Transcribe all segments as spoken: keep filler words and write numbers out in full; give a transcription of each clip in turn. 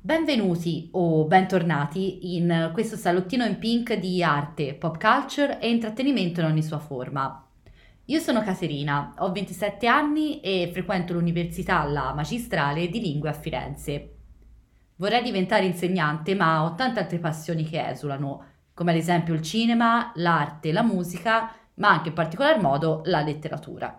Benvenuti o bentornati in questo salottino in pink di arte, pop culture e intrattenimento in ogni sua forma. Io sono Caterina, ho ventisette anni e frequento l'università alla magistrale di lingue a Firenze. Vorrei diventare insegnante, ma ho tante altre passioni che esulano, come ad esempio il cinema, l'arte, la musica, ma anche in particolar modo la letteratura.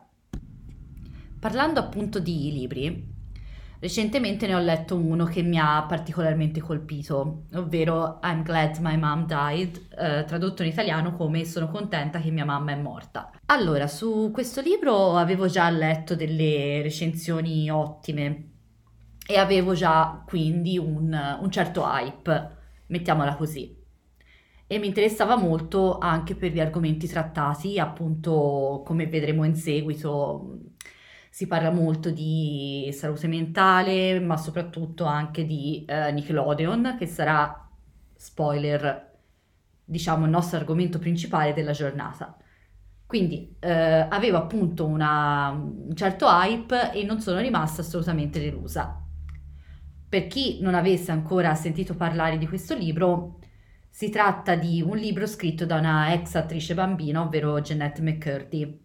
Parlando appunto di libri, recentemente ne ho letto uno che mi ha particolarmente colpito, ovvero I'm Glad My Mom Died, eh, tradotto in italiano come Sono contenta che mia mamma è morta. Allora, su questo libro avevo già letto delle recensioni ottime e avevo già quindi un, un certo hype, mettiamola così. E mi interessava molto anche per gli argomenti trattati, appunto, come vedremo in seguito, si parla molto di salute mentale, ma soprattutto anche di eh, Nickelodeon, che sarà, spoiler, diciamo, il nostro argomento principale della giornata. Quindi eh, avevo appunto una- un certo hype e non sono rimasta assolutamente delusa. Per chi non avesse ancora sentito parlare di questo libro, si tratta di un libro scritto da una ex attrice bambina, ovvero Jeanette McCurdy.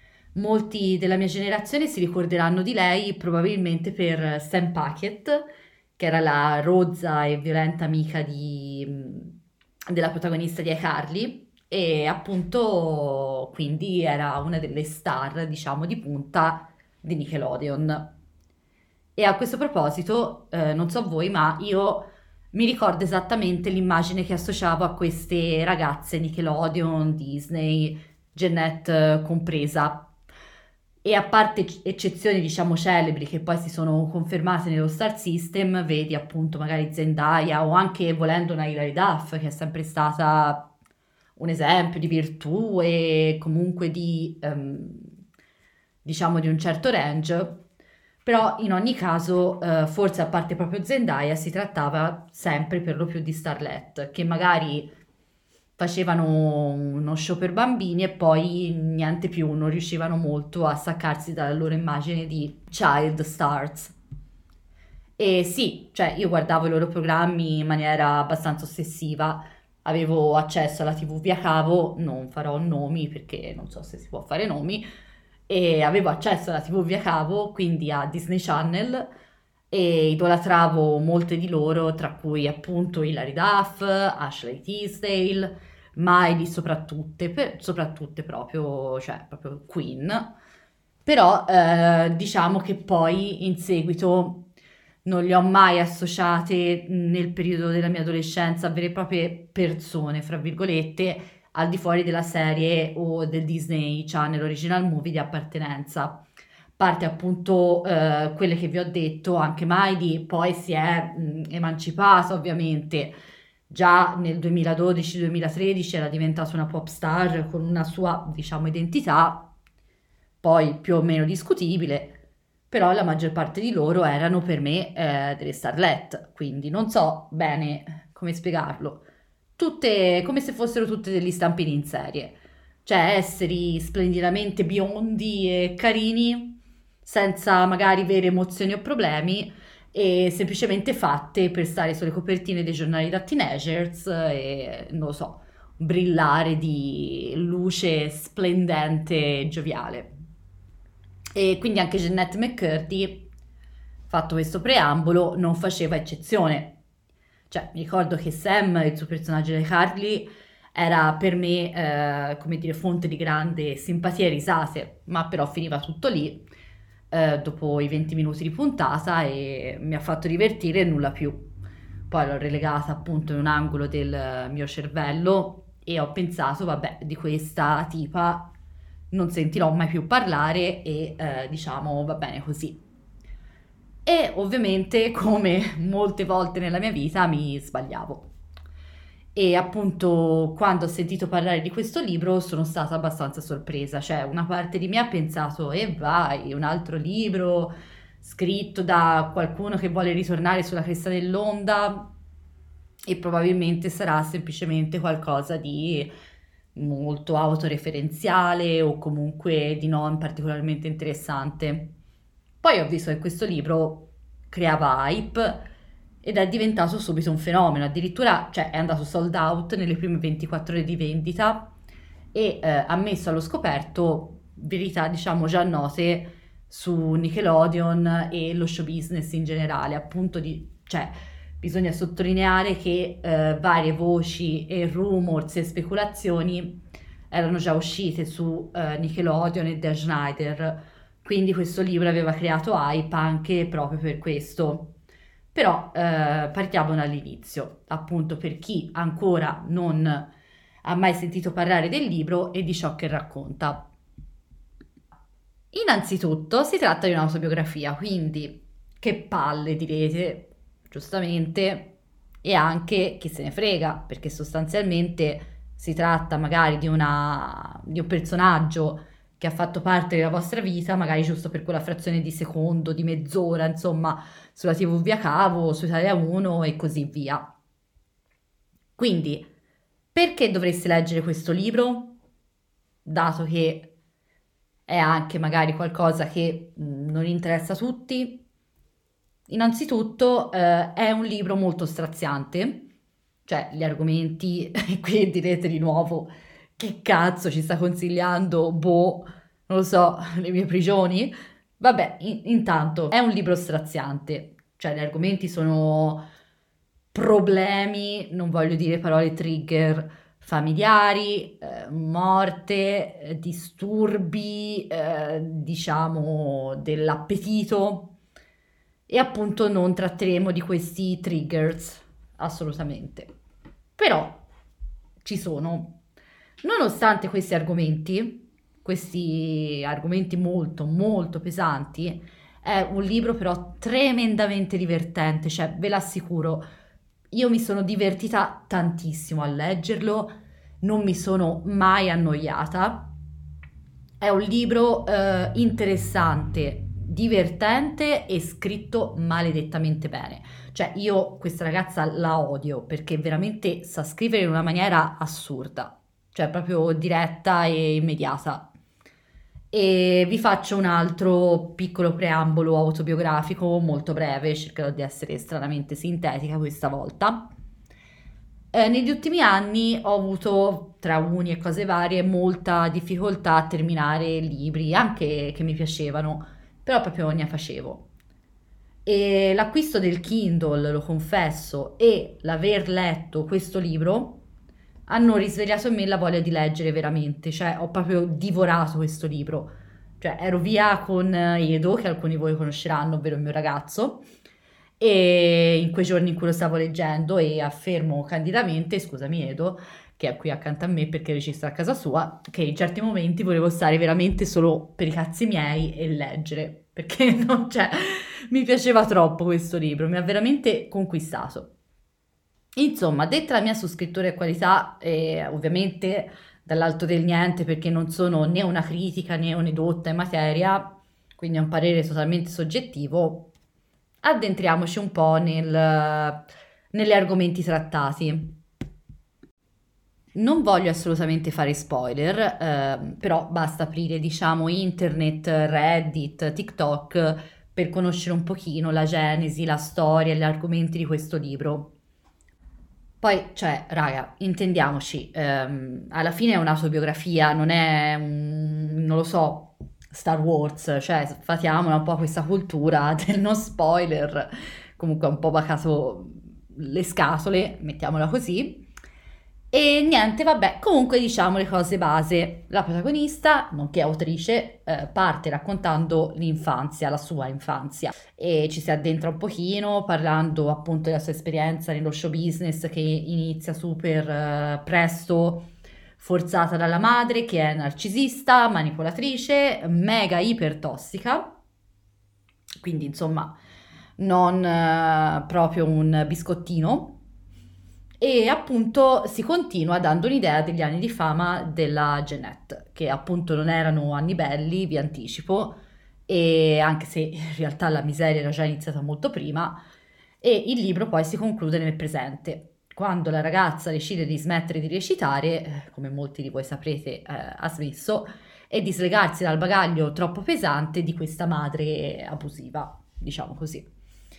Molti della mia generazione si ricorderanno di lei probabilmente per Sam Packet, che era la rozza e violenta amica di- della protagonista di iCarly, e appunto quindi era una delle star, diciamo, di punta di Nickelodeon. E a questo proposito, eh, non so voi, ma io mi ricordo esattamente l'immagine che associavo a queste ragazze Nickelodeon, Disney, Jeanette eh, compresa. E a parte ec- eccezioni, diciamo, celebri che poi si sono confermate nello Star System, vedi appunto magari Zendaya o anche volendo una Hilary Duff, che è sempre stata un esempio di virtù e comunque di, ehm, diciamo, di un certo range. Però in ogni caso, eh, forse a parte proprio Zendaya, si trattava sempre per lo più di starlet, che magari facevano uno show per bambini e poi niente più, non riuscivano molto a staccarsi dalla loro immagine di child stars. E sì, cioè io guardavo i loro programmi in maniera abbastanza ossessiva, avevo accesso alla T V via cavo, non farò nomi perché non so se si può fare nomi, e avevo accesso alla T V via cavo, quindi a Disney Channel, e idolatravo molte di loro, tra cui appunto Hilary Duff, Ashley Tisdale, Miley soprattutto, per, soprattutto proprio, cioè proprio Queen. Però eh, diciamo che poi in seguito non le ho mai associate nel periodo della mia adolescenza a vere e proprie persone, fra virgolette, al di fuori della serie o del Disney Channel Original Movie di appartenenza. Parte appunto eh, quelle che vi ho detto, anche Miley poi si è mh, emancipata ovviamente. Già nel duemiladodici-duemilatredici era diventata una pop star con una sua, diciamo, identità, poi più o meno discutibile, però la maggior parte di loro erano per me eh, delle starlet, quindi non so bene come spiegarlo. Tutte come se fossero tutte degli stampini in serie, cioè esseri splendidamente biondi e carini, senza magari vere emozioni o problemi, e semplicemente fatte per stare sulle copertine dei giornali da teenagers e non lo so, brillare di luce splendente e gioviale. E quindi anche Jeanette McCurdy, fatto questo preambolo, non faceva eccezione. Cioè, mi ricordo che Sam, il suo personaggio di Carly, era per me, eh, come dire, fonte di grande simpatia e risate, ma però finiva tutto lì, eh, dopo i venti minuti di puntata e mi ha fatto divertire e nulla più. Poi l'ho relegata appunto in un angolo del mio cervello e ho pensato, vabbè, di questa tipa non sentirò mai più parlare e eh, diciamo va bene così. E ovviamente, come molte volte nella mia vita, mi sbagliavo. E appunto, quando ho sentito parlare di questo libro, sono stata abbastanza sorpresa. Cioè, una parte di me ha pensato, e vai, un altro libro scritto da qualcuno che vuole ritornare sulla cresta dell'onda e probabilmente sarà semplicemente qualcosa di molto autoreferenziale o comunque di non particolarmente interessante. Poi ho visto che questo libro creava hype ed è diventato subito un fenomeno, addirittura cioè, è andato sold out nelle prime ventiquattro ore di vendita e eh, ha messo allo scoperto verità diciamo già note su Nickelodeon e lo show business in generale, appunto di, cioè bisogna sottolineare che eh, varie voci e rumors e speculazioni erano già uscite su eh, Nickelodeon e Dan Schneider, quindi questo libro aveva creato hype anche proprio per questo. Però eh, partiamo dall'inizio, appunto per chi ancora non ha mai sentito parlare del libro e di ciò che racconta. Innanzitutto si tratta di un'autobiografia, quindi che palle direte, giustamente, e anche chi se ne frega, perché sostanzialmente si tratta magari di, una, di un personaggio che ha fatto parte della vostra vita, magari giusto per quella frazione di secondo, di mezz'ora, insomma, sulla tivù via cavo, su Italia uno e così via. Quindi, perché dovreste leggere questo libro? Dato che è anche magari qualcosa che mh, non interessa a tutti. Innanzitutto eh, è un libro molto straziante, cioè gli argomenti, e qui direte di nuovo che cazzo ci sta consigliando, boh, non lo so, le mie prigioni? Vabbè, in- intanto è un libro straziante, cioè gli argomenti sono problemi, non voglio dire parole trigger, familiari, eh, morte, eh, disturbi, eh, diciamo, dell'appetito e appunto non tratteremo di questi triggers, assolutamente. Però ci sono. Nonostante questi argomenti, questi argomenti molto molto pesanti, è un libro però tremendamente divertente, cioè ve l'assicuro, io mi sono divertita tantissimo a leggerlo, non mi sono mai annoiata. È un libro eh, interessante, divertente e scritto maledettamente bene. Cioè io questa ragazza la odio perché veramente sa scrivere in una maniera assurda, cioè proprio diretta e immediata. E vi faccio un altro piccolo preambolo autobiografico molto breve, cercherò di essere stranamente sintetica questa volta. Eh, negli ultimi anni ho avuto, tra uni e cose varie, molta difficoltà a terminare libri, anche che mi piacevano, però proprio ne facevo. E l'acquisto del Kindle, lo confesso, e l'aver letto questo libro hanno risvegliato in me la voglia di leggere veramente, cioè ho proprio divorato questo libro. Cioè ero via con Edo, che alcuni di voi conosceranno, ovvero il mio ragazzo, e in quei giorni in cui lo stavo leggendo e affermo candidamente, scusami Edo, che è qui accanto a me perché registra a casa sua, che in certi momenti volevo stare veramente solo per i cazzi miei e leggere, perché non c'è, mi piaceva troppo questo libro, mi ha veramente conquistato. Insomma, detta la mia su scrittura e qualità, eh, ovviamente dall'alto del niente perché non sono né una critica né un'edotta in materia, quindi è un parere totalmente soggettivo, addentriamoci un po' nel, negli argomenti trattati. Non voglio assolutamente fare spoiler, eh, però basta aprire, diciamo, internet, Reddit, TikTok per conoscere un pochino la genesi, la storia, gli argomenti di questo libro. Poi, cioè, raga, intendiamoci, ehm, alla fine è un'autobiografia, non è un, non lo so, Star Wars, cioè fatiamola un po' questa cultura del non spoiler, comunque ha un po' bacato le scatole, mettiamola così. E niente, vabbè, comunque diciamo le cose base. La protagonista, nonché autrice, eh, parte raccontando l'infanzia, la sua infanzia e ci si addentra un pochino parlando appunto della sua esperienza nello show business che inizia super eh, presto, forzata dalla madre che è narcisista, manipolatrice, mega iper tossica, quindi insomma non eh, proprio un biscottino. E appunto si continua dando un'idea degli anni di fama della Jeanette, che appunto non erano anni belli, vi anticipo, e anche se in realtà la miseria era già iniziata molto prima, e il libro poi si conclude nel presente, quando la ragazza decide di smettere di recitare, eh, come molti di voi saprete, eh, ha smesso, e di slegarsi dal bagaglio troppo pesante di questa madre abusiva, diciamo così.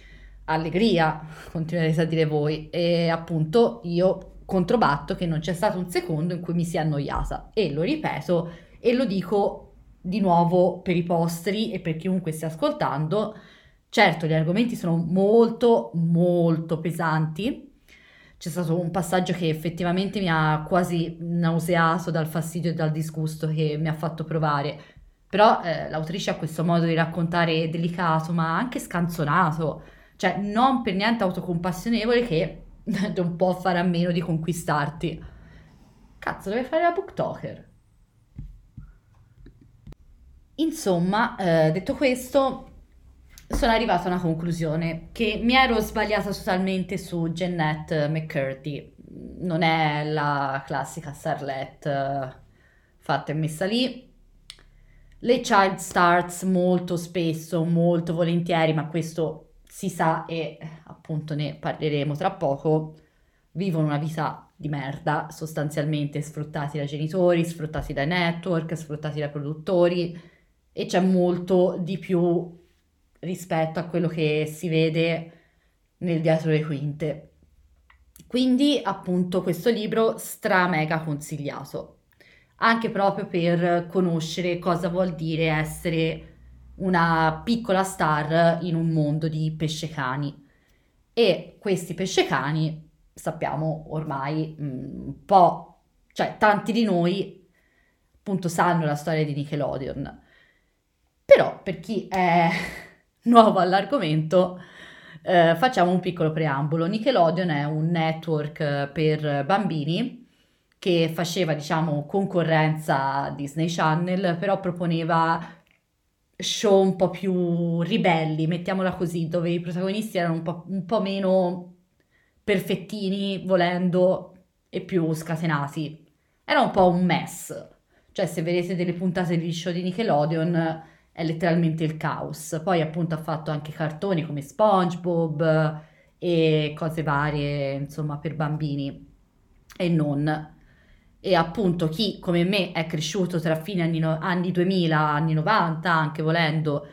allegria, continuerete a dire voi, e appunto io controbatto che non c'è stato un secondo in cui mi sia annoiata e lo ripeto e lo dico di nuovo per i posteri e per chiunque stia ascoltando. Certo, gli argomenti sono molto molto pesanti. C'è stato un passaggio che effettivamente mi ha quasi nauseato dal fastidio e dal disgusto che mi ha fatto provare, però eh, l'autrice ha questo modo di raccontare delicato ma anche scanzonato, cioè non per niente autocompassionevole, che non può fare a meno di conquistarti. Cazzo, deve fare la booktalker. Insomma, eh, detto questo, sono arrivata a una conclusione, che mi ero sbagliata totalmente su Jeanette McCurdy. Non è la classica starlet eh, fatta e messa lì. Le child stars molto spesso, molto volentieri, ma questo si sa e appunto ne parleremo tra poco, vivono una vita di merda, sostanzialmente sfruttati dai genitori, sfruttati dai network, sfruttati dai produttori, e c'è molto di più rispetto a quello che si vede nel dietro le quinte. Quindi appunto questo libro stra mega consigliato, anche proprio per conoscere cosa vuol dire essere una piccola star in un mondo di pescecani. E questi pescecani, sappiamo ormai mh, un po', cioè tanti di noi appunto sanno la storia di Nickelodeon. Però per chi è nuovo all'argomento, eh, facciamo un piccolo preambolo. Nickelodeon è un network eh, per bambini che faceva, diciamo, concorrenza a Disney Channel, però proponeva show un po' più ribelli, mettiamola così, dove i protagonisti erano un po', un po' meno perfettini, volendo, e più scatenati. Era un po' un mess. Cioè, se vedete delle puntate di show di Nickelodeon, è letteralmente il caos. Poi appunto ha fatto anche cartoni come SpongeBob e cose varie, insomma, per bambini e non. E appunto chi come me è cresciuto tra fine anni, no- anni duemila, anni novanta, anche volendo,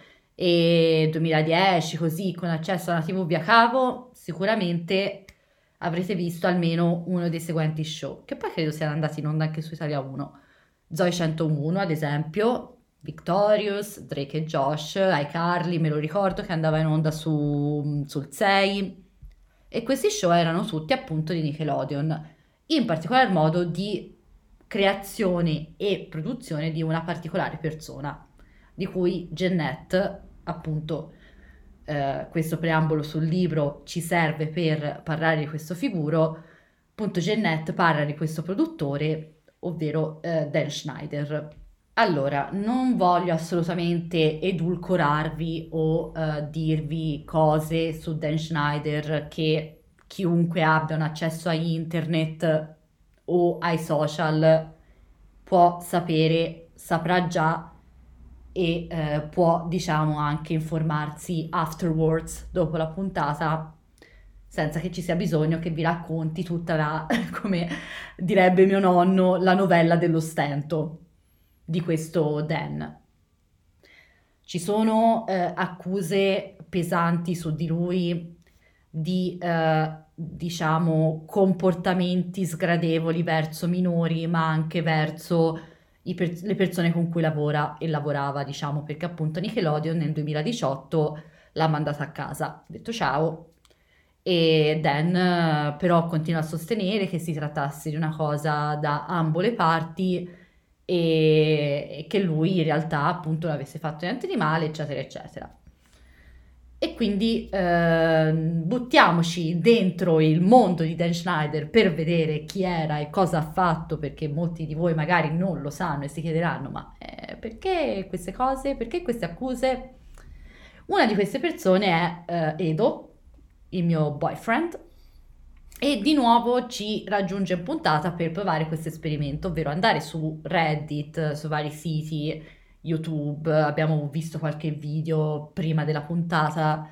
e duemiladieci, così, con accesso alla T V via cavo, sicuramente avrete visto almeno uno dei seguenti show, che poi credo siano andati in onda anche su Italia uno. Zoe centouno, ad esempio, Victorious, Drake e Josh, iCarly, me lo ricordo che andava in onda su, sul sei, e questi show erano tutti appunto di Nickelodeon, in particolar modo di creazione e produzione di una particolare persona, di cui Jeanette, appunto, eh, questo preambolo sul libro ci serve per parlare di questo figuro. Appunto Jeanette parla di questo produttore, ovvero eh, Dan Schneider. Allora, non voglio assolutamente edulcorarvi o eh, dirvi cose su Dan Schneider che chiunque abbia un accesso a internet o ai social può sapere, saprà già, e eh, può, diciamo, anche informarsi afterwards, dopo la puntata, senza che ci sia bisogno che vi racconti tutta la, come direbbe mio nonno, la novella dello stento di questo Dan. Ci sono eh, accuse pesanti su di lui di, eh, diciamo, comportamenti sgradevoli verso minori, ma anche verso i per- le persone con cui lavora e lavorava, diciamo, perché appunto Nickelodeon nel duemiladiciotto l'ha mandata a casa, ha detto ciao, e Dan eh, però continua a sostenere che si trattasse di una cosa da ambo le parti e, e che lui in realtà appunto non avesse fatto niente di male, eccetera, eccetera. E quindi ehm, buttiamoci dentro il mondo di Dan Schneider per vedere chi era e cosa ha fatto, perché molti di voi magari non lo sanno e si chiederanno, ma eh, perché queste cose, perché queste accuse? Una di queste persone è eh, Edo, il mio boyfriend, e di nuovo ci raggiunge in puntata per provare questo esperimento, ovvero andare su Reddit, su vari siti, YouTube, abbiamo visto qualche video prima della puntata,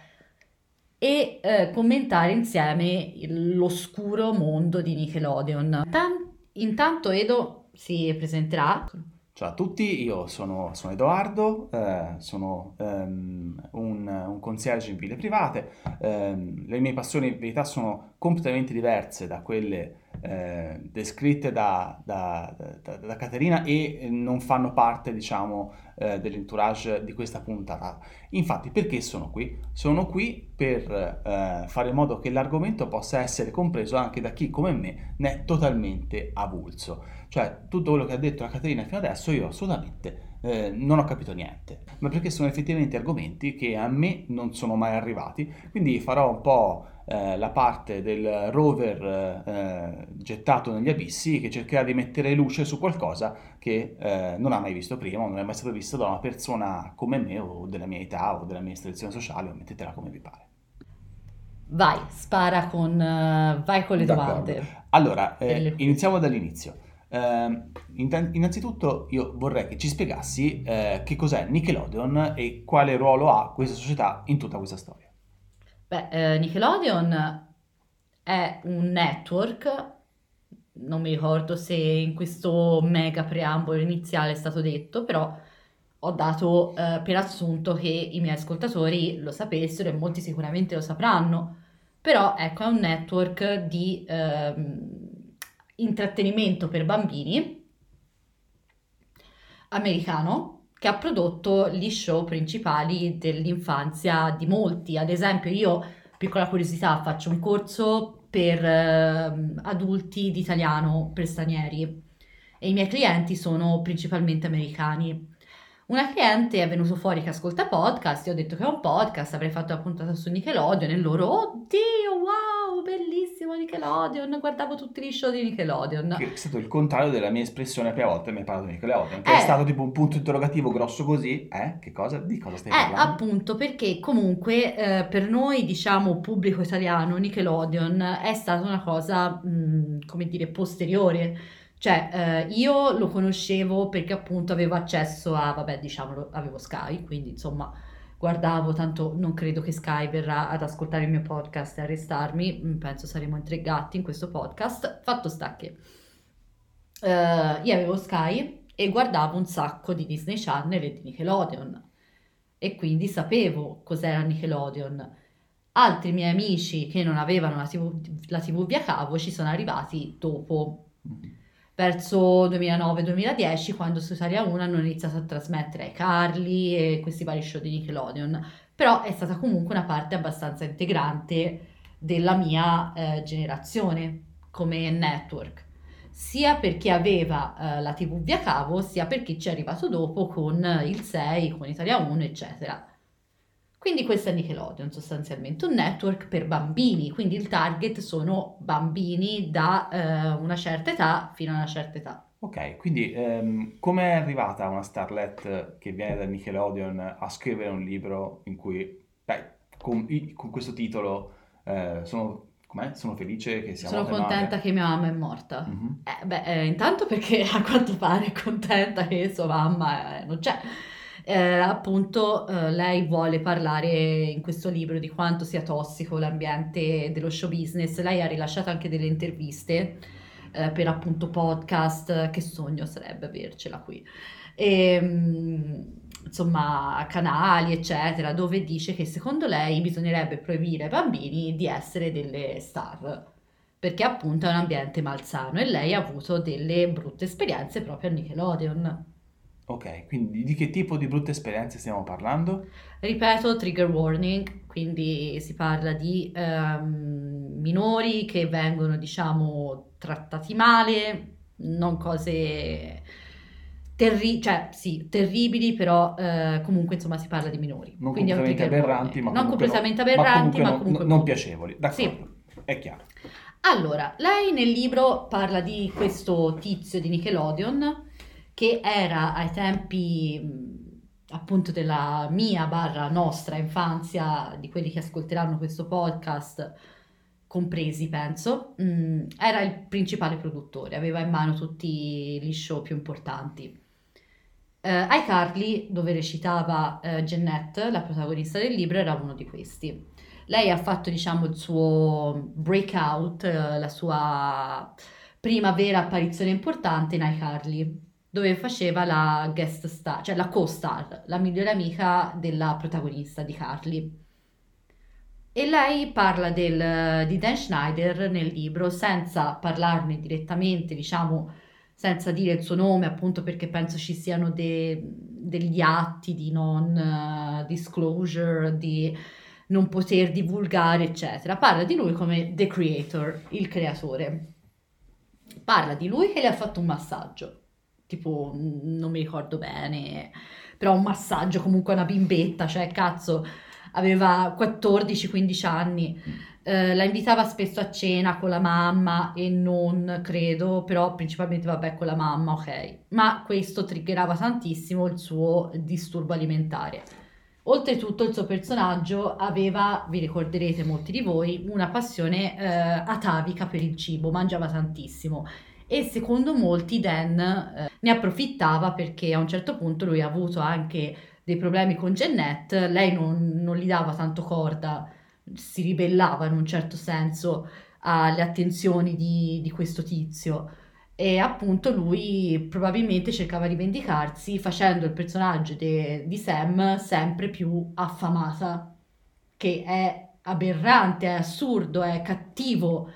e eh, commentare insieme il- l'oscuro mondo di Nickelodeon. Tan- intanto Edo si presenterà. Ciao a tutti, io sono, sono Edoardo, eh, sono ehm, un, un concierge in ville private. Ehm, le mie passioni in verità sono completamente diverse da quelle eh, descritte da, da- da- da Caterina e non fanno parte, diciamo, eh, dell'entourage di questa puntata. Infatti, perché sono qui? Sono qui per eh, fare in modo che l'argomento possa essere compreso anche da chi, come me, ne è totalmente avulso. Cioè, tutto quello che ha detto la Caterina fino adesso io assolutamente eh, non ho capito niente, ma perché sono effettivamente argomenti che a me non sono mai arrivati, quindi farò un po' eh, la parte del rover eh, gettato negli abissi che cercherà di mettere luce su qualcosa che eh, non ha mai visto prima, o non è mai stato visto da una persona come me o della mia età o della mia istruzione sociale, o mettetela come vi pare. Vai, spara con, eh, vai con le D'accordo. domande Allora, e eh, le quiz. iniziamo dall'inizio. Ehm, intan- innanzitutto io vorrei che ci spiegassi eh, che cos'è Nickelodeon e quale ruolo ha questa società in tutta questa storia. Beh, eh, Nickelodeon è un network, non mi ricordo se in questo mega preambolo iniziale è stato detto, però ho dato eh, per assunto che i miei ascoltatori lo sapessero e molti sicuramente lo sapranno. Però ecco, è un network di ehm, intrattenimento per bambini americano che ha prodotto gli show principali dell'infanzia di molti. Ad esempio, io, piccola curiosità, faccio un corso per ehm, adulti di italiano per stranieri e i miei clienti sono principalmente americani. Una cliente è venuto fuori che ascolta podcast, io ho detto che è un podcast, avrei fatto la puntata su Nickelodeon e loro, oddio, wow, bellissimo Nickelodeon, guardavo tutti gli show di Nickelodeon. Che è stato il contrario della mia espressione la prima volta che mi hai parlato di Nickelodeon, che è Eh, stato tipo un punto interrogativo grosso così, eh? Che cosa? Di cosa stai Eh, parlando? appunto, perché comunque eh, per noi, diciamo, pubblico italiano, Nickelodeon è stata una cosa, mh, come dire, posteriore. Cioè, eh, io lo conoscevo perché appunto avevo accesso a, vabbè, diciamolo, avevo Sky, quindi insomma guardavo, tanto non credo che Sky verrà ad ascoltare il mio podcast e arrestarmi, mm, penso saremo in tre gatti in questo podcast. Fatto sta che eh, io avevo Sky e guardavo un sacco di Disney Channel e di Nickelodeon e quindi sapevo cos'era Nickelodeon. Altri miei amici che non avevano la T V, la T V via cavo ci sono arrivati dopo, Mhm. verso duemilanove-duemiladieci, quando su Italia uno hanno iniziato a trasmettere Carly e questi vari show di Nickelodeon. Però è stata comunque una parte abbastanza integrante della mia eh, generazione come network, sia perché aveva eh, la T V via cavo, sia perché ci è arrivato dopo con il sei, con Italia uno, eccetera. Quindi questo è Nickelodeon sostanzialmente, un network per bambini, quindi il target sono bambini da eh, una certa età fino a una certa età. Ok, quindi ehm, come è arrivata una starlet che viene da Nickelodeon a scrivere un libro in cui, dai, con, i- con questo titolo eh, sono, com'è? Sono felice che sia Sono morta mia contenta madre? che mia mamma è morta. Mhm. Eh, beh, eh, intanto perché a quanto pare è contenta che sua mamma eh, non c'è. Eh, appunto, eh, lei vuole parlare in questo libro di quanto sia tossico l'ambiente dello show business. Lei ha rilasciato anche delle interviste eh, per appunto podcast. Che sogno sarebbe avercela qui. E, mm, insomma, canali, eccetera, dove dice che secondo lei bisognerebbe proibire ai bambini di essere delle star perché appunto è un ambiente malsano e lei ha avuto delle brutte esperienze proprio a Nickelodeon. Ok, quindi di che tipo di brutte esperienze stiamo parlando? Ripeto, trigger warning, quindi si parla di ehm, minori che vengono, diciamo, trattati male, non cose terri- cioè, sì, terribili, però eh, comunque insomma si parla di minori. Non Quindi è un completamente trigger aberranti, warning, ma non comunque, no- completamente ma aberranti, comunque ma no- no- comunque non brutti. piacevoli. Sì. D'accordo, è chiaro. Allora, lei nel libro parla di questo tizio di Nickelodeon che era ai tempi mh, appunto della mia barra nostra infanzia, di quelli che ascolteranno questo podcast, compresi penso, mh, era il principale produttore, aveva in mano tutti gli show più importanti. Eh, iCarly, dove recitava eh, Jeanette, la protagonista del libro, era uno di questi. Lei ha fatto, diciamo, il suo breakout, eh, la sua prima vera apparizione importante in iCarly. dove faceva la guest star, cioè la co-star, la migliore amica della protagonista di Carly. E lei parla del- di Dan Schneider nel libro senza parlarne direttamente, diciamo, senza dire il suo nome, appunto perché penso ci siano de- degli atti di non eh, disclosure, di non poter divulgare, eccetera. Parla di lui come The Creator, il creatore. Parla di lui che le ha fatto un massaggio, tipo, mm, non mi ricordo bene, però un massaggio comunque a una bimbetta, cioè cazzo, aveva quattordici quindici anni, eh, la invitava spesso a cena con la mamma e non credo, però principalmente vabbè con la mamma, ok, ma questo triggerava tantissimo il suo disturbo alimentare. Oltretutto il suo personaggio aveva, vi ricorderete molti di voi, una passione eh, atavica per il cibo, mangiava tantissimo e secondo molti Dan eh, ne approfittava perché a un certo punto lui ha avuto anche dei problemi con Jeanette, lei non, non gli dava tanto corda, si ribellava in un certo senso alle attenzioni di, di questo tizio e appunto lui probabilmente cercava di vendicarsi facendo il personaggio de- di Sam sempre più affamata, che è aberrante, è assurdo, è cattivo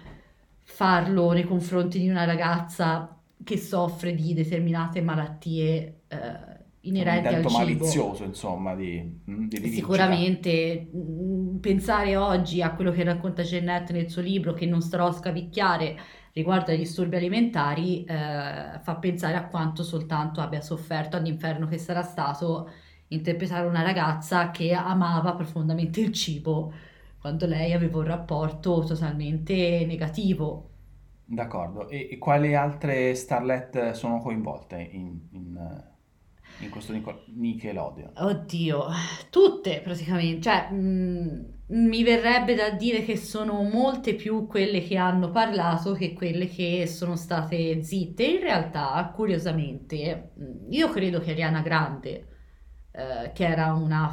farlo nei confronti di una ragazza che soffre di determinate malattie eh, C'è un inerenti al intento cibo. malizioso, insomma, di, mm, di rivincita. Sicuramente mh, pensare oggi a quello che racconta Jeanette nel suo libro, che non starò a scavicchiare riguardo ai disturbi alimentari, eh, fa pensare a quanto soltanto abbia sofferto all'inferno che sarà stato interpretare una ragazza che amava profondamente il cibo quando lei aveva un rapporto totalmente negativo. D'accordo. E, e quali altre starlet sono coinvolte in, in, eh, in questo Nico- Nickelodeon? Oddio, tutte praticamente, cioè mh, mi verrebbe da dire che sono molte più quelle che hanno parlato che quelle che sono state zitte. In realtà, curiosamente, mh, io credo che Ariana Grande, eh, che era una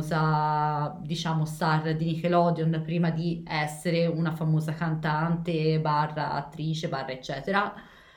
famosa, diciamo, star di Nickelodeon prima di essere una famosa cantante, barra attrice, barra eccetera,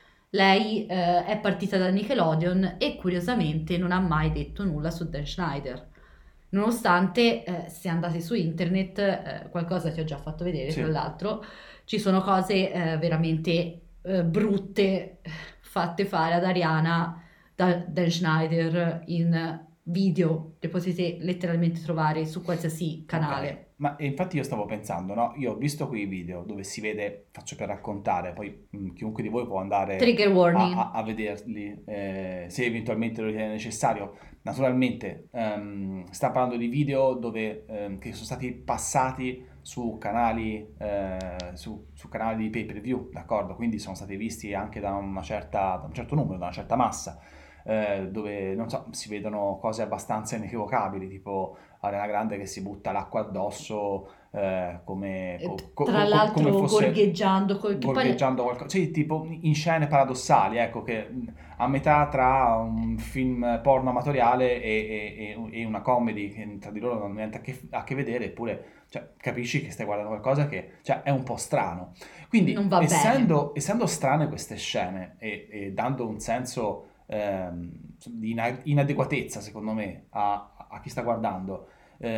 lei eh, è partita da Nickelodeon e curiosamente non ha mai detto nulla su Dan Schneider. Nonostante, eh, se andate su internet, eh, qualcosa ti ho già fatto vedere, tra Sì. l'altro, ci sono cose eh, veramente eh, brutte fatte fare ad Ariana da Dan Schneider in video, le potete letteralmente trovare su qualsiasi Ok, canale. ma e infatti io stavo pensando, no? Io ho visto quei video dove si vede, faccio per raccontare, poi mh, chiunque di voi può andare Trigger a, warning. a- a vederli eh, se eventualmente lo ritiene necessario. Naturalmente ehm, sta parlando di video dove, ehm, che sono stati passati su canali, eh, su, su canali di pay per view, d'accordo? Quindi sono stati visti anche da una certa, da un certo numero, da una certa massa, eh, dove non so, si vedono cose abbastanza inequivocabili, tipo Ariana Grande che si butta l'acqua addosso eh, come, E co- tra co- co- come l'altro fosse gorgheggiando, col- che poi gorgheggiando qualcosa, sì, tipo in scene paradossali, ecco, che mh, a metà tra un film porno amatoriale e, e- e- e una comedy che tra di loro non hanno niente a che, a che vedere, eppure cioè, capisci che stai guardando qualcosa che cioè, è un po' strano. non Quindi, va bene. essendo, essendo strane queste scene e, e dando un senso ehm, di ina- inadeguatezza, secondo me, a, a chi sta guardando,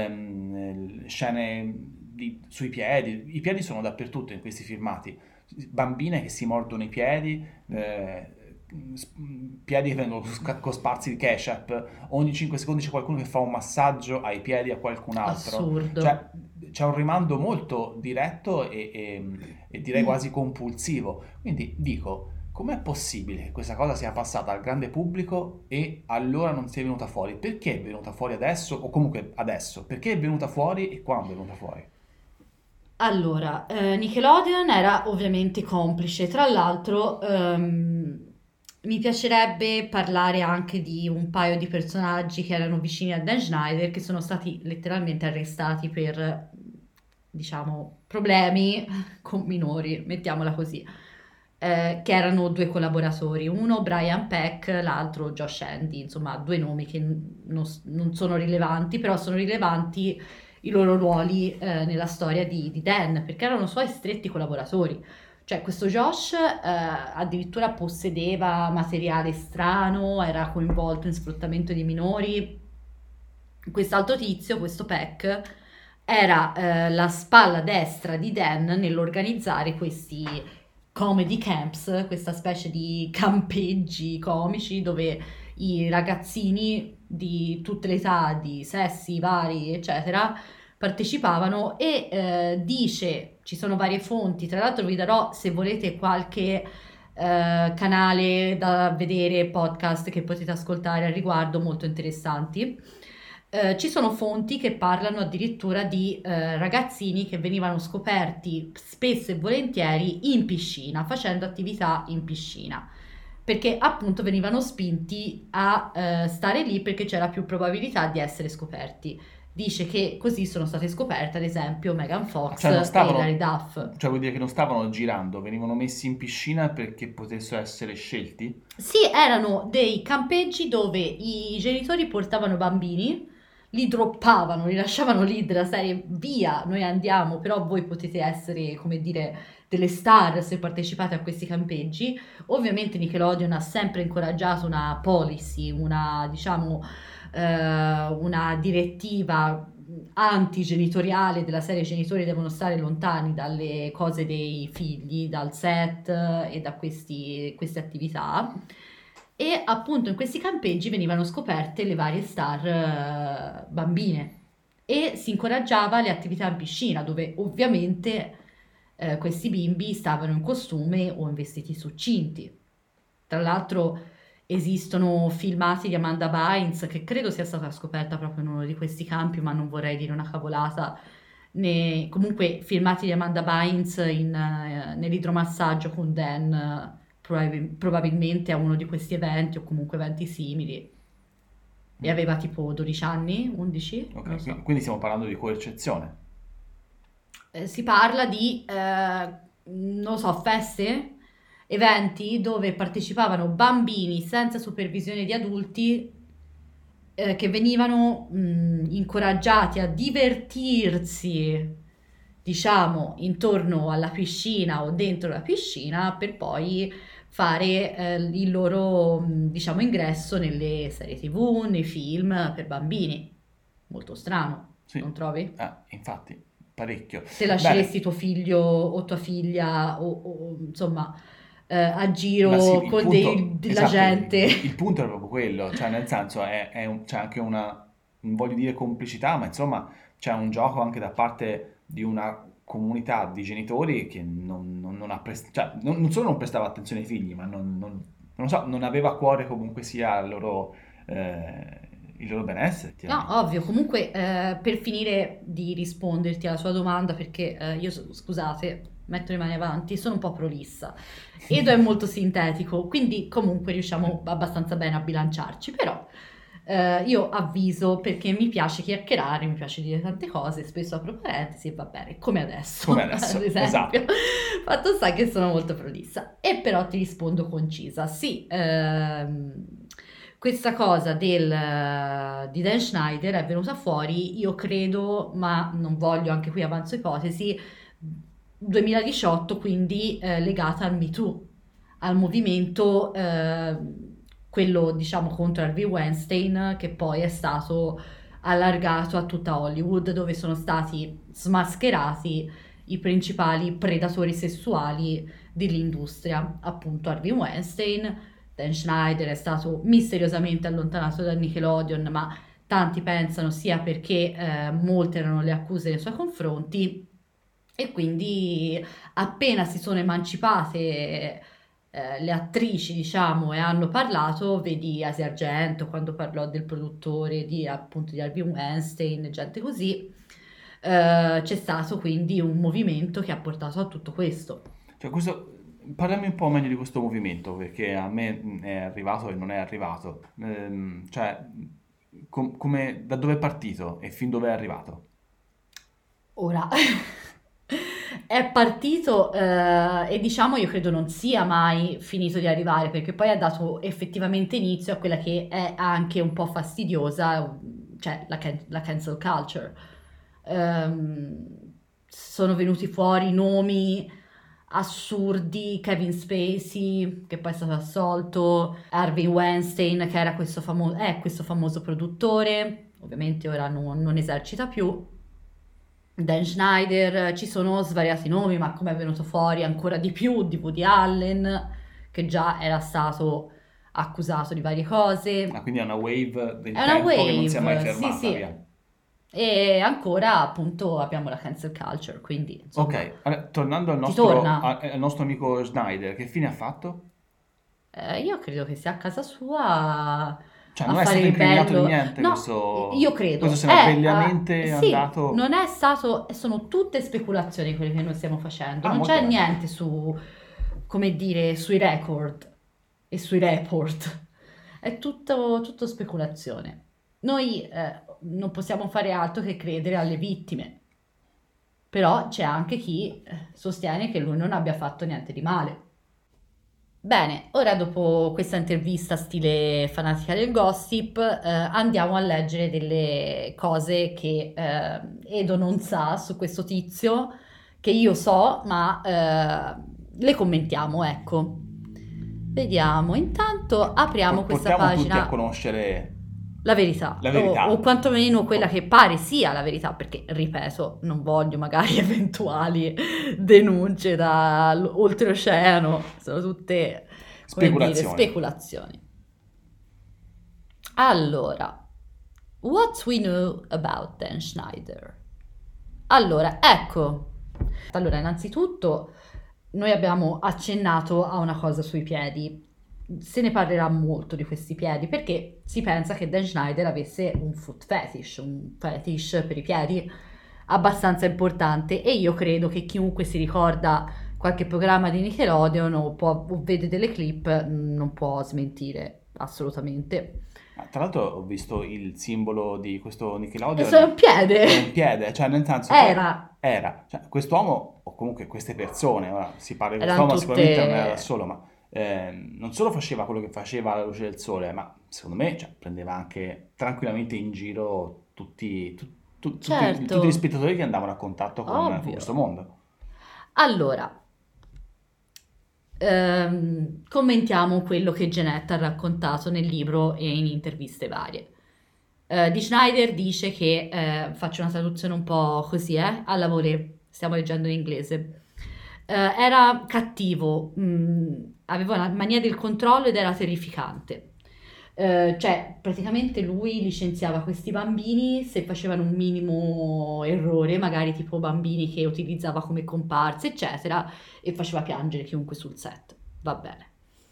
ehm, scene di- sui piedi, i piedi sono dappertutto in questi filmati, bambine che si mordono i piedi, eh, s- piedi che vengono sca- cosparsi di ketchup, ogni cinque secondi c'è qualcuno che fa un massaggio ai piedi a qualcun altro, Assurdo. cioè c'è un rimando molto diretto e, e- e direi quasi compulsivo, quindi dico, com'è possibile che questa cosa sia passata al grande pubblico e allora non sia venuta fuori? Perché è venuta fuori adesso, o comunque adesso? Perché è venuta fuori e quando è venuta fuori? Allora, eh, Nickelodeon era ovviamente complice, tra l'altro ehm, mi piacerebbe parlare anche di un paio di personaggi che erano vicini a Dan Schneider, che sono stati letteralmente arrestati per, diciamo, problemi con minori, mettiamola così, eh, che erano due collaboratori, uno Brian Peck, l'altro Josh Andy, insomma due nomi che n- non non sono rilevanti, però sono rilevanti i loro ruoli eh, nella storia di, di Dan, perché erano suoi stretti collaboratori. Cioè, questo Josh eh, addirittura possedeva materiale strano, era coinvolto in sfruttamento di minori. Quest'altro tizio, questo Peck, era eh, la spalla destra di Dan nell'organizzare questi comedy camps, questa specie di campeggi comici dove i ragazzini di tutte le età, di sessi vari, eccetera, partecipavano e eh, dice, ci sono varie fonti, tra l'altro vi darò se volete qualche eh, canale da vedere, podcast che potete ascoltare al riguardo, molto interessanti. Eh, ci sono fonti che parlano addirittura di eh, ragazzini che venivano scoperti spesso e volentieri in piscina, facendo attività in piscina, perché appunto venivano spinti a eh, stare lì perché c'era più probabilità di essere scoperti. Dice che così sono state scoperte ad esempio Megan Fox Cioè non e stavano, Hilary Duff. cioè vuol dire che non stavano girando, venivano messi in piscina perché potessero essere scelti? Sì, erano dei campeggi dove i genitori portavano bambini, li droppavano, li lasciavano lì della serie via, noi andiamo, però voi potete essere, come dire, delle star se partecipate a questi campeggi. Ovviamente Nickelodeon ha sempre incoraggiato una policy, una, diciamo, eh, una direttiva antigenitoriale della serie: i genitori devono stare lontani dalle cose dei figli, dal set e da questi, queste attività. E appunto in questi campeggi venivano scoperte le varie star eh, bambine e si incoraggiava le attività in piscina, dove ovviamente eh, questi bimbi stavano in costume o in vestiti succinti. Tra l'altro esistono filmati di Amanda Bynes, che credo sia stata scoperta proprio in uno di questi campi, ma non vorrei dire una cavolata. Ne- comunque filmati di Amanda Bynes in, eh, nell'idromassaggio con Dan, eh, probabil- probabilmente a uno di questi eventi o comunque eventi simili. E Mm. aveva tipo dodici anni, undici, non lo Ok, qui- so. quindi stiamo parlando di coercizione. Eh, si parla di, eh, non lo so, feste, eventi dove partecipavano bambini senza supervisione di adulti, eh, che venivano mh, incoraggiati a divertirsi, diciamo, intorno alla piscina o dentro la piscina per poi fare eh, il loro, mh, diciamo, ingresso nelle serie T V, nei film per bambini. Molto strano, non Sì, trovi? ah, infatti, parecchio. Te Bene, lasceresti tuo figlio o tua figlia o, o, insomma eh, a ma sì, giro il con dei- punto, della esatto, gente? il, il punto è proprio quello, cioè nel senso è, è un- c'è anche una, non voglio dire complicità, ma insomma c'è un gioco anche da parte di una comunità di genitori che non, non- non ha pres- cioè, non, non solo non prestava attenzione ai figli, ma non, non- non lo so, non aveva a cuore comunque sia il loro, eh, il loro benessere, No, effettivamente. ovvio, comunque eh, per finire di risponderti alla sua domanda, perché eh, io, so- scusate, metto le mani avanti, sono un po' prolissa. Edo è molto sintetico, quindi comunque riusciamo abbastanza bene a bilanciarci, però eh, io avviso perché mi piace chiacchierare, mi piace dire tante cose, spesso apro parentesi e va bene, come Come adesso, ad adesso, esempio. esatto. Fatto sta che sono molto prolissa e però ti rispondo concisa. Sì, ehm, questa cosa del, eh, di Dan Schneider è venuta fuori, io credo, ma non voglio, anche qui avanzo ipotesi, duemiladiciotto, quindi eh, legata al Me Too, al movimento, eh, quello diciamo contro Harvey Weinstein, che poi è stato allargato a tutta Hollywood, dove sono stati smascherati i principali predatori sessuali dell'industria, appunto Harvey Weinstein. Dan Schneider è stato misteriosamente allontanato da Nickelodeon, ma tanti pensano sia perché eh, molte erano le accuse nei suoi confronti e quindi appena si sono emancipate eh, le attrici, diciamo, e hanno parlato, vedi Asia Argento quando parlò del produttore di appunto di Harvey Weinstein, gente così, eh, c'è stato quindi un movimento che ha portato a tutto questo. Cioè, questo, parlami un po' meglio di questo movimento, perché a me mh, è arrivato e non è arrivato. Ehm, cioè, com- come, da dove è partito e fin dove è arrivato? Ora è partito eh, e diciamo io credo non sia mai finito di arrivare perché poi ha dato effettivamente inizio a quella che è anche un po' fastidiosa, cioè la, can- la cancel culture. Ehm, sono venuti fuori nomi assurdi, Kevin Spacey che poi è stato assolto, Harvey Weinstein che era questo famoso, è questo famoso produttore, ovviamente ora non, non esercita più, Dan Schneider, ci sono svariati nomi, ma come è venuto fuori ancora di più di Woody Allen, che già era stato accusato di varie cose. Ah, quindi è una wave del È una tempo che non si è mai wave, fermata, sì, sì. via. E ancora appunto abbiamo la cancel culture, quindi insomma, Ok, allora, tornando al ti nostro, torna. a- al nostro amico Schneider, che fine ha fatto? Eh, io credo che sia a casa sua Cioè, a non è fare stato il incriminato di bello. niente No, questo, io questo credo. se n'è È, abbegliamente eh, sì, andato... non è stato, sono tutte speculazioni quelle che noi stiamo facendo. Ah, Non molto c'è bene. niente su, come dire, sui record e sui report. È tutto, tutto speculazione. Noi eh, non possiamo fare altro che credere alle vittime. Però c'è anche chi eh, sostiene che lui non abbia fatto niente di male. Bene, ora dopo questa intervista stile fanatica del gossip, eh, andiamo a leggere delle cose che eh, Edo non sa su questo tizio, che io so, ma eh, le commentiamo, ecco. Vediamo, intanto apriamo Po- questa Portiamo tutti a pagina. conoscere La verità, la o, verità. o quantomeno quella che pare sia la verità, perché, ripeto, non voglio magari eventuali denunce da l- oltreoceano, sono tutte, come dire, Speculazioni. speculazioni. Allora, what we know about Dan Schneider? Allora, ecco, allora, innanzitutto noi abbiamo accennato a una cosa sui piedi. Se ne parlerà molto di questi piedi perché si pensa che Dan Schneider avesse un foot fetish, un fetish per i piedi abbastanza importante, e io credo che chiunque si ricorda qualche programma di Nickelodeon o, può, o vede delle clip mh, non può smentire assolutamente. Ah, tra l'altro ho visto il simbolo di questo E Nickelodeon, sono un piede! è un piede, cioè nel senso che Era, era, cioè quest'uomo, o comunque queste persone, ora si parla di erano quest'uomo, sicuramente non era da tutte... solo, ma eh, non solo faceva quello che faceva alla luce del sole, ma secondo me, cioè, prendeva anche tranquillamente in giro tutti, tu- tu- tutti, tutti gli Certo, spettatori che andavano a contatto con, con questo ovvio. mondo. Allora, ehm, commentiamo quello che Jeanette ha raccontato nel libro e in interviste varie. Eh, di Schneider dice che, eh, faccio una traduzione un po' così, eh, alla volée, stiamo leggendo in inglese. Eh, era cattivo, mh, aveva una mania del controllo ed era terrificante. Eh, cioè, praticamente lui licenziava questi bambini se facevano un minimo errore, magari tipo bambini che utilizzava come comparse, eccetera, e faceva piangere chiunque sul set. Va bene.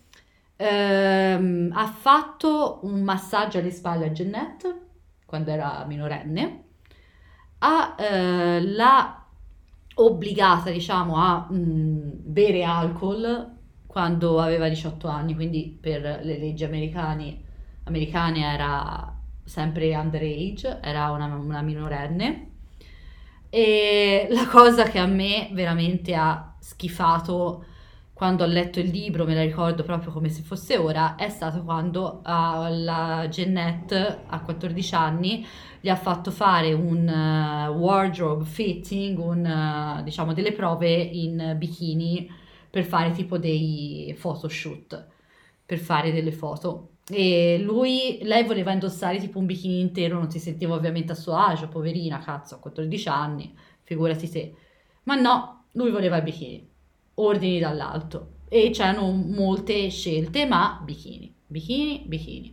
Ehm, ha fatto un massaggio alle spalle a Jeanette quando era minorenne, ha eh, l'ha obbligata, diciamo, a mm, bere alcol quando aveva diciotto anni, quindi per le leggi americane, americane era sempre underage, era una, una minorenne. E la cosa che a me veramente ha schifato quando ho letto il libro, me la ricordo proprio come se fosse ora, è stato quando alla Jeanette a quattordici anni gli ha fatto fare un uh, wardrobe fitting, un, uh, diciamo delle prove in bikini per fare tipo dei photoshoot, per fare delle foto. E lui, lei voleva indossare tipo un bikini intero, non si sentiva ovviamente a suo agio, poverina, cazzo, a quattordici anni, figurati te. Ma no, lui voleva il bikini, ordini dall'alto. E c'erano molte scelte, ma bikini, bikini, bikini.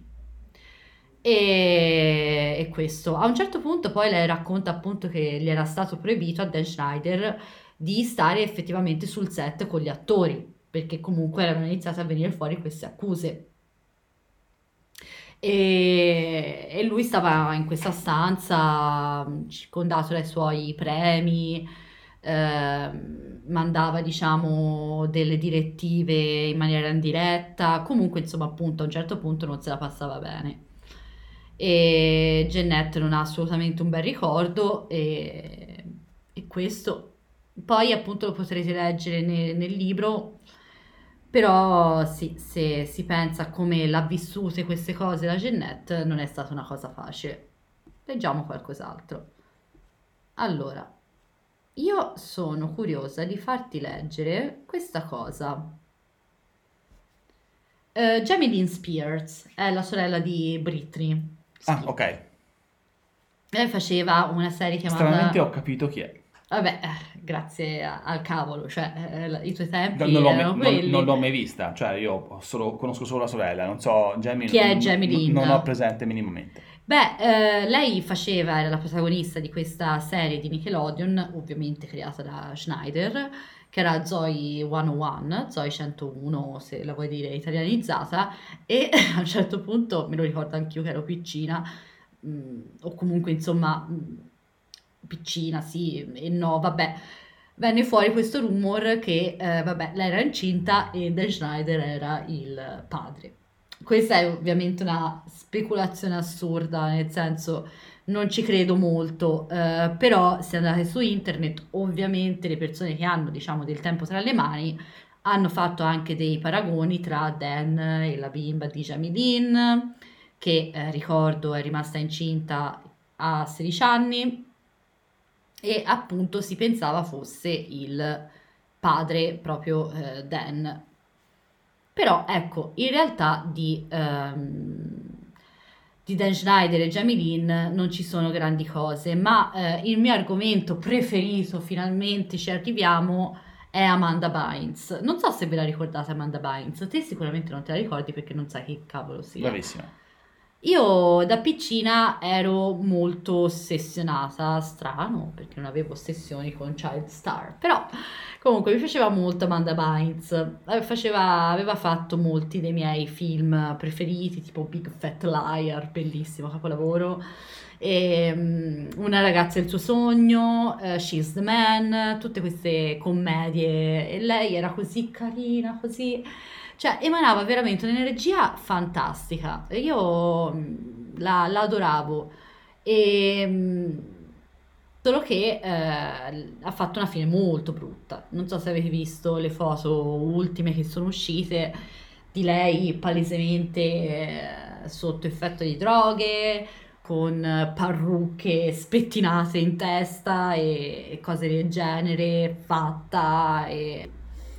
E, e questo. A un certo punto poi lei racconta appunto che gli era stato proibito a Dan Schneider di stare effettivamente sul set con gli attori, perché comunque erano iniziate a venire fuori queste accuse. E, e lui stava in questa stanza mh, circondato dai suoi premi, ehm, mandava diciamo delle direttive in maniera indiretta, comunque insomma appunto a un certo punto non se la passava bene. E Jeanette non ha assolutamente un bel ricordo e, e questo poi appunto lo potrete leggere ne- nel libro, però sì, se si pensa a come l'ha vissute queste cose la Jeanette non è stata una cosa facile. Leggiamo qualcos'altro. Allora, Io sono curiosa di farti leggere questa cosa. Eh, Jamie Lynn Spears è la sorella di Britney Ah, Spears. ok. Lei faceva una serie Stranamente ho chiamata... capito chi è. Vabbè, eh, grazie a- al cavolo, cioè eh, la- i tuoi No- tempi Non l'ho mai, erano non- non quelli. l'ho mai vista, cioè io ho solo- conosco solo la sorella, non so, Jamie Chi è n- Jamie n- Lynn? non ho presente minimamente. Beh, eh, lei faceva, era la protagonista di questa serie di Nickelodeon, ovviamente creata da Schneider, che era Zoe centouno, Zoe centouno se la vuoi dire italianizzata, e a un certo punto, me lo ricordo anch'io che ero piccina, mh, o comunque insomma mh, piccina, sì e no, vabbè, venne fuori questo rumor che, eh, vabbè, lei era incinta e Dan Schneider era il padre. Questa è ovviamente una speculazione assurda, nel senso non ci credo molto, eh, però se andate su internet, ovviamente le persone che hanno, diciamo, del tempo tra le mani hanno fatto anche dei paragoni tra Dan e la bimba di Jamie Lynn, che eh, ricordo è rimasta incinta a sedici anni e appunto si pensava fosse il padre proprio eh, Dan. Però ecco, in realtà di, ehm, di Dan Schneider e Jamie Lynn non ci sono grandi cose, ma eh, il mio argomento preferito, finalmente ci arriviamo, è Amanda Bynes. Non so se ve la ricordate Amanda Bynes, te sicuramente non te la ricordi perché non sai che cavolo sia. Bravissima. Io da piccina ero molto ossessionata, strano perché non avevo ossessioni con Child Star, però comunque mi piaceva molto Amanda Bynes. Eh, faceva- aveva fatto molti dei miei film preferiti, tipo Big Fat Liar, bellissimo capolavoro, e, mm, Una ragazza e il suo sogno, eh, She's the Man, tutte queste commedie, e lei era così carina, così, cioè emanava veramente un'energia fantastica. E io mm, la, la adoravo. E, mm, solo che eh, ha fatto una fine molto brutta. Non so se avete visto le foto ultime che sono uscite di lei palesemente eh, sotto effetto di droghe, con eh, parrucche spettinate in testa e, e cose del genere, fatta. E,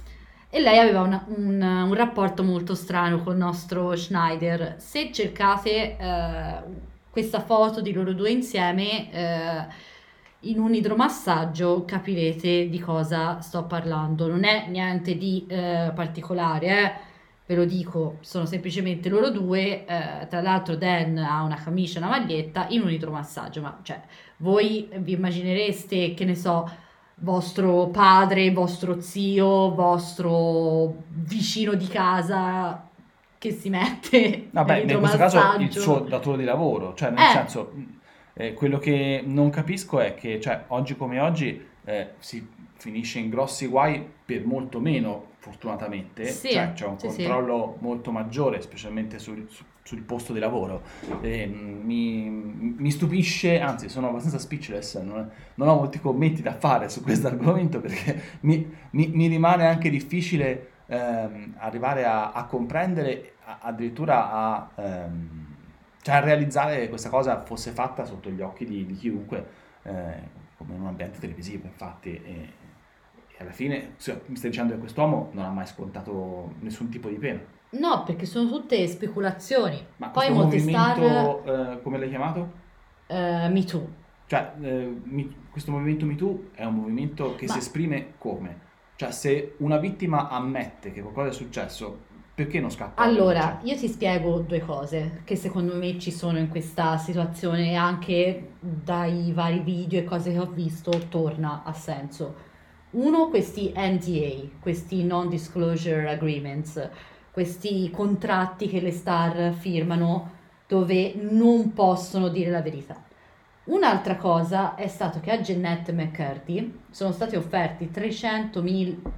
e lei aveva una- un, un rapporto molto strano con il nostro Schneider. Se cercate eh, questa foto di loro due insieme eh, in un idromassaggio capirete di cosa sto parlando. Non è niente di eh, particolare, eh. Ve lo dico, sono semplicemente loro due. Eh, tra l'altro, Dan ha una camicia e una maglietta in un idromassaggio. Ma cioè, voi vi immaginereste, che ne so, vostro padre, vostro zio, vostro vicino di casa che si mette Vabbè, in questo caso il suo nell'idromassaggio. datore di lavoro, cioè nel Eh, senso, mh, eh, quello che non capisco è che, cioè, oggi come oggi eh, si finisce in grossi guai per molto meno, fortunatamente, sì, cioè c'è un sì, sì. controllo molto maggiore, specialmente sul, su- sul posto di lavoro. E, mh, mi, mi stupisce, anzi sono abbastanza speechless, non, non ho molti commenti da fare su questo argomento perché mi, mi- mi rimane anche difficile ehm, arrivare a, a comprendere, a- addirittura a, ehm, cioè a realizzare che questa cosa fosse fatta sotto gli occhi di, di chiunque, eh, come in un ambiente televisivo, infatti. E, e alla fine cioè, mi stai dicendo che quest'uomo non ha mai scontato nessun tipo di pena. No, perché sono tutte speculazioni. Ma Poi questo molte star, movimento, eh, come l'hai chiamato? eh, Me Too. Cioè, eh, mi- questo movimento MeToo è un movimento che si Ma esprime come? Cioè, se una vittima ammette che qualcosa è successo, perché non scatta la allora, denuncia? io ti spiego due cose che secondo me ci sono in questa situazione e anche dai vari video e cose che ho visto torna a senso. Uno, questi N D A, questi Non-Disclosure Agreements, questi contratti che le star firmano dove non possono dire la verità. Un'altra cosa è stato che a Jeanette McCurdy sono stati offerti trecentomila,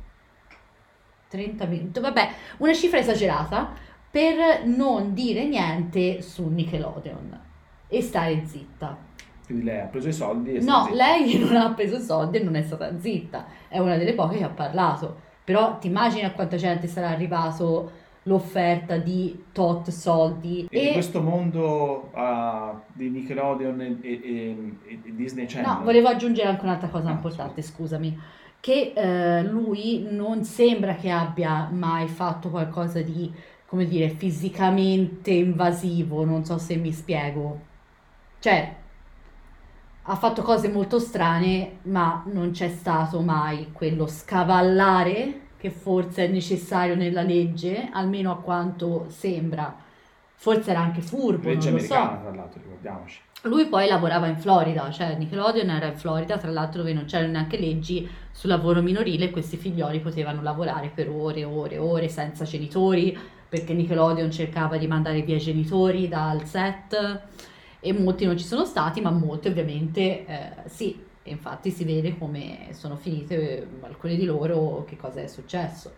trentamila, vabbè, una cifra esagerata per non dire niente su Nickelodeon e stare zitta. Quindi lei ha preso i soldi e sta No, zitta. lei non ha preso soldi e non è stata zitta, è una delle poche che ha parlato. Però ti immagini a quanta gente sarà arrivato l'offerta di tot soldi. E di E questo mondo uh, di Nickelodeon e, e- e- e Disney no, Channel. volevo aggiungere anche un'altra cosa Ah, importante, scusami, che eh, lui non sembra che abbia mai fatto qualcosa di, come dire, fisicamente invasivo, non so se mi spiego. Cioè, ha fatto cose molto strane, ma non c'è stato mai quello scavallare che forse è necessario nella legge, almeno a quanto sembra. Forse era anche furbo, Legge non lo so. americana, tra l'altro, ricordiamoci. Lui poi lavorava in Florida, cioè Nickelodeon era in Florida, tra l'altro dove non c'erano neanche leggi sul lavoro minorile e questi figlioli potevano lavorare per ore e ore e ore senza genitori, perché Nickelodeon cercava di mandare via i genitori dal set e molti non ci sono stati, ma molti ovviamente eh, sì, e infatti si vede come sono finite eh, alcune di loro, che cosa è successo.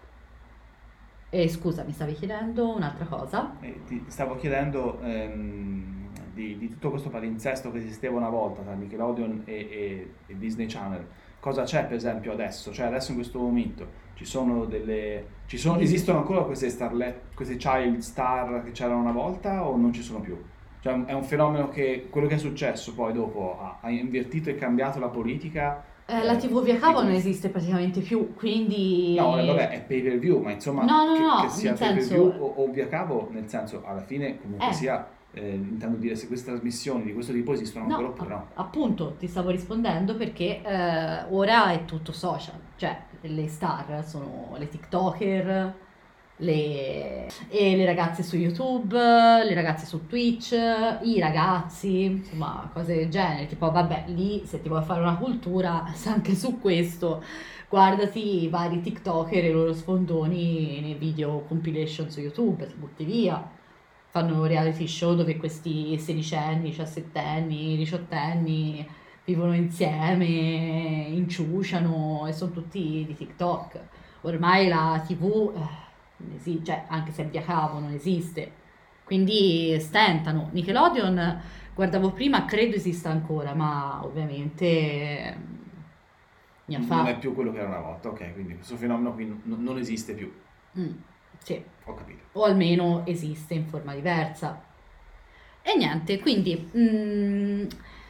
E scusa, mi stavi chiedendo un'altra cosa? E ti stavo chiedendo ehm, di, di tutto questo palinsesto che esisteva una volta tra Nickelodeon e, e- e Disney Channel. Cosa c'è per esempio adesso? Cioè adesso in questo momento ci sono delle... Ci sono, esistono ancora queste starlet, queste child star che c'erano una volta o non ci sono più? Cioè è un fenomeno che quello che è successo poi dopo ha, ha invertito e cambiato la politica. Eh, la eh, tivù via e cavo non come- esiste praticamente più, quindi... No, eh, vabbè, è pay per view, ma insomma, No, no, che, no, che sia nel pay per view senso... o, o via cavo, nel senso, alla fine, comunque Eh, sia, eh, intendo dire, se queste trasmissioni di questo tipo esistono ancora no, oppure a- no. appunto, ti stavo rispondendo perché eh, ora è tutto social, cioè le star sono le TikToker, le, e le ragazze su YouTube, le ragazze su Twitch, i ragazzi, insomma, cose del genere. Tipo, vabbè, lì se ti vuoi fare una cultura, anche su questo, guardati i vari TikToker e i loro sfondoni nei video compilation su YouTube, ti butti via. Fanno un reality show dove questi sedicenni, diciassettenni, diciottenni vivono insieme, inciuciano e sono tutti di TikTok. Ormai la tivù, eh, non esi- cioè, anche se è via cavo, non esiste. Quindi stentano. Nickelodeon, guardavo prima, credo esista ancora, ma ovviamente eh, ne ha Non è fa. più quello che era una volta, ok, quindi questo fenomeno qui n- non esiste più, Mm, sì, ho capito. o almeno esiste in forma diversa. E niente, quindi mm,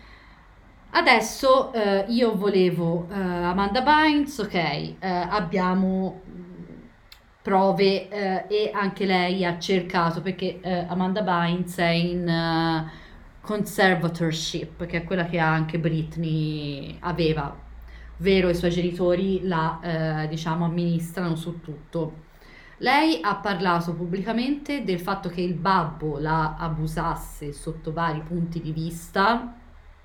adesso eh, io volevo eh, Amanda Bynes, ok, eh, abbiamo mm, prove eh, e anche lei ha cercato perché eh, Amanda Bynes è in eh, conservatorship, che è quella che anche Britney aveva, ovvero i suoi genitori la eh, diciamo amministrano su tutto. Lei ha parlato pubblicamente del fatto che il babbo la abusasse sotto vari punti di vista,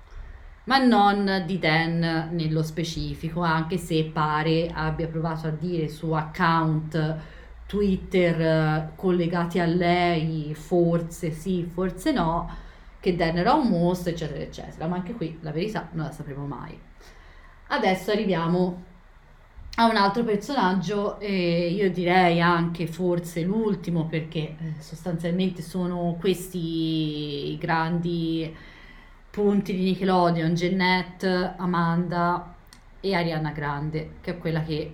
ma non di Dan nello specifico, anche se pare abbia provato a dire su account Twitter eh, collegati a lei, forse sì, forse no, che Dan era un mostro, eccetera, eccetera. Ma anche qui la verità non la sapremo mai. Adesso arriviamo a un altro personaggio, e io direi anche forse l'ultimo, perché eh, sostanzialmente sono questi i grandi punti di Nickelodeon: Jeanette, Amanda e Ariana Grande, che è quella che,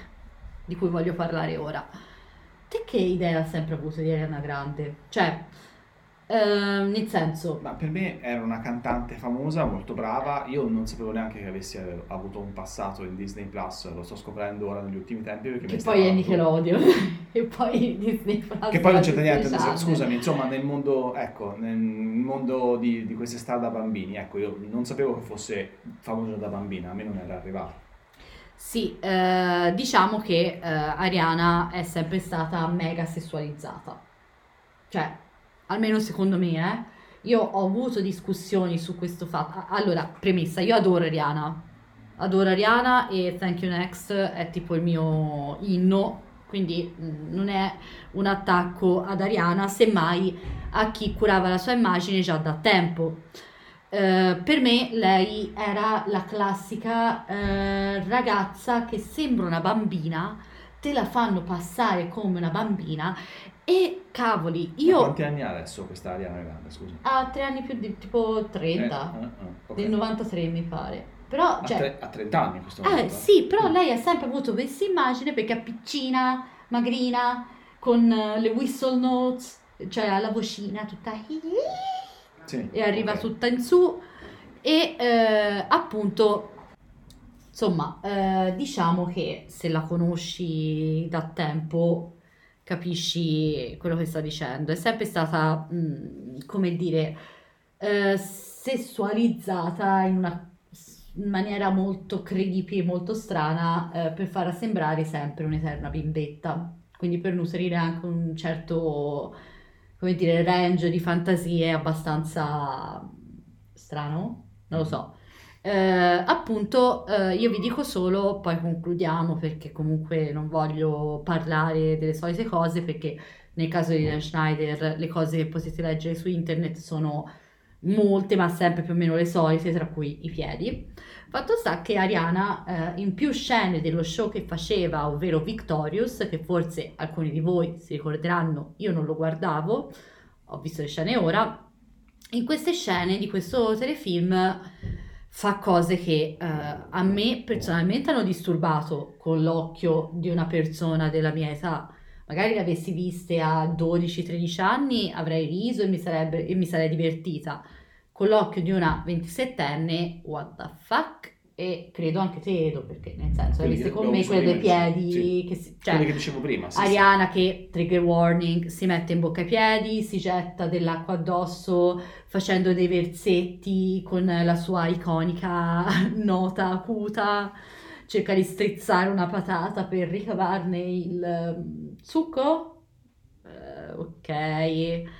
di cui voglio parlare ora. Te che idea hai sempre avuto di Ariana Grande? Cioè, ehm, nel senso, Ma per me era una cantante famosa, molto brava, io non sapevo neanche che avessi eh, avuto un passato in Disney Plus, lo sto scoprendo ora negli ultimi tempi perché mi che stai poi è parlando tu. Nickelodeon e poi Disney Plus, Che poi non la c'entra Disney niente, nel sen- Channel. scusami, insomma, nel mondo, ecco, nel mondo di, di queste star da bambini, ecco, io non sapevo che fosse famosa da bambina, a me non era arrivato. Sì, eh, diciamo che eh, Ariana è sempre stata mega sessualizzata, cioè, almeno secondo me, eh. Io ho avuto discussioni su questo fatto. A- Allora, premessa, io adoro Ariana, adoro Ariana e Thank You Next è tipo il mio inno, quindi mm, non è un attacco ad Ariana, semmai a chi curava la sua immagine già da tempo. Eh, per me lei era la classica eh, ragazza che sembra una bambina, te la fanno passare come una bambina e cavoli, Ma io quanti anni ha adesso questa Ariana Grande, scusa? ha tre anni più di tipo Eh, trenta, eh, eh, ok. del novantatré mi pare. Però, Ha, cioè, tre- ha trenta anni in questo eh momento? sì, però Mm. lei ha sempre avuto questa immagine perché è piccina, magrina, con eh, le whistle notes, cioè la vocina tutta Sì, e arriva ok. tutta in su e eh, appunto insomma eh, diciamo che se la conosci da tempo capisci quello che sta dicendo. È sempre stata, mh, come dire, eh, sessualizzata in una s- in maniera molto creepy, molto strana, eh, per farla sembrare sempre un'eterna bimbetta. Quindi per nutrire anche un certo, come dire, range di fantasie abbastanza strano, non lo Mhm. so. Eh, appunto, eh, io vi dico solo, poi concludiamo perché comunque non voglio parlare delle solite cose perché nel caso di Dan Schneider le cose che potete leggere su internet sono molte, ma sempre più o meno le solite, tra cui i piedi. Fatto sta che Ariana, eh, in più scene dello show che faceva, ovvero Victorious, che forse alcuni di voi si ricorderanno, io non lo guardavo, ho visto le scene ora, in queste scene di questo telefilm fa cose che eh, a me personalmente hanno disturbato con l'occhio di una persona della mia età. Magari le avessi viste a dodici tredici anni, avrei riso e mi sarebbe, e mi sarei divertita. Con l'occhio di una ventisettenne, what the fuck? E credo anche te, Edo, perché nel senso, hai Quelli visto che con abbiamo me visto quelle dei prima, dicevo. piedi, Sì. che si- Quelli cioè che dicevo prima, sì, sì. Ariana che, trigger warning, si mette in bocca ai piedi, si getta dell'acqua addosso facendo dei versetti con la sua iconica nota acuta, cerca di strizzare una patata per ricavarne il mm, succo. Eh, ok.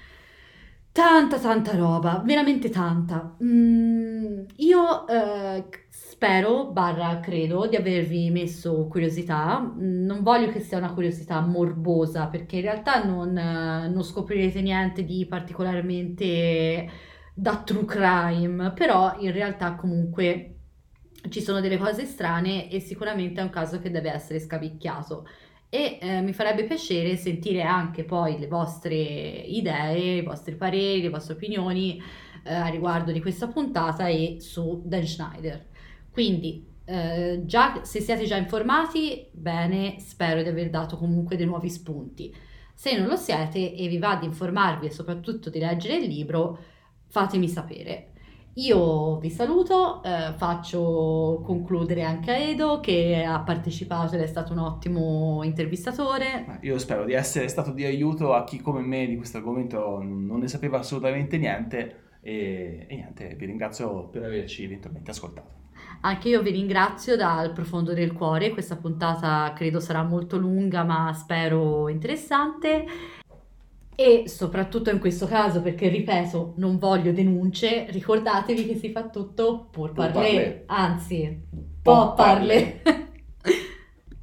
Tanta, tanta roba, veramente tanta. Mm, io eh, spero, barra credo, di avervi messo curiosità. Mm, non voglio che sia una curiosità morbosa, perché in realtà non, eh, non scoprirete niente di particolarmente da true crime, però in realtà comunque ci sono delle cose strane e sicuramente è un caso che deve essere scavicchiato e eh, mi farebbe piacere sentire anche poi le vostre idee, i vostri pareri, le vostre opinioni eh, a riguardo di questa puntata e su Dan Schneider. Quindi, eh, già, se siete già informati, bene, spero di aver dato comunque dei nuovi spunti. Se non lo siete e vi va di informarvi e soprattutto di leggere il libro, fatemi sapere. Io vi saluto, eh, faccio concludere anche a Edo che ha partecipato ed è stato un ottimo intervistatore. Ma io spero di essere stato di aiuto a chi come me di questo argomento non ne sapeva assolutamente niente e, e niente, vi ringrazio per averci eventualmente ascoltato. Anche io vi ringrazio dal profondo del cuore, questa puntata credo sarà molto lunga ma spero interessante. E soprattutto in questo caso, perché ripeto, non voglio denunce, ricordatevi che si fa tutto pour Pour parler, parler. anzi, Pop po' parler.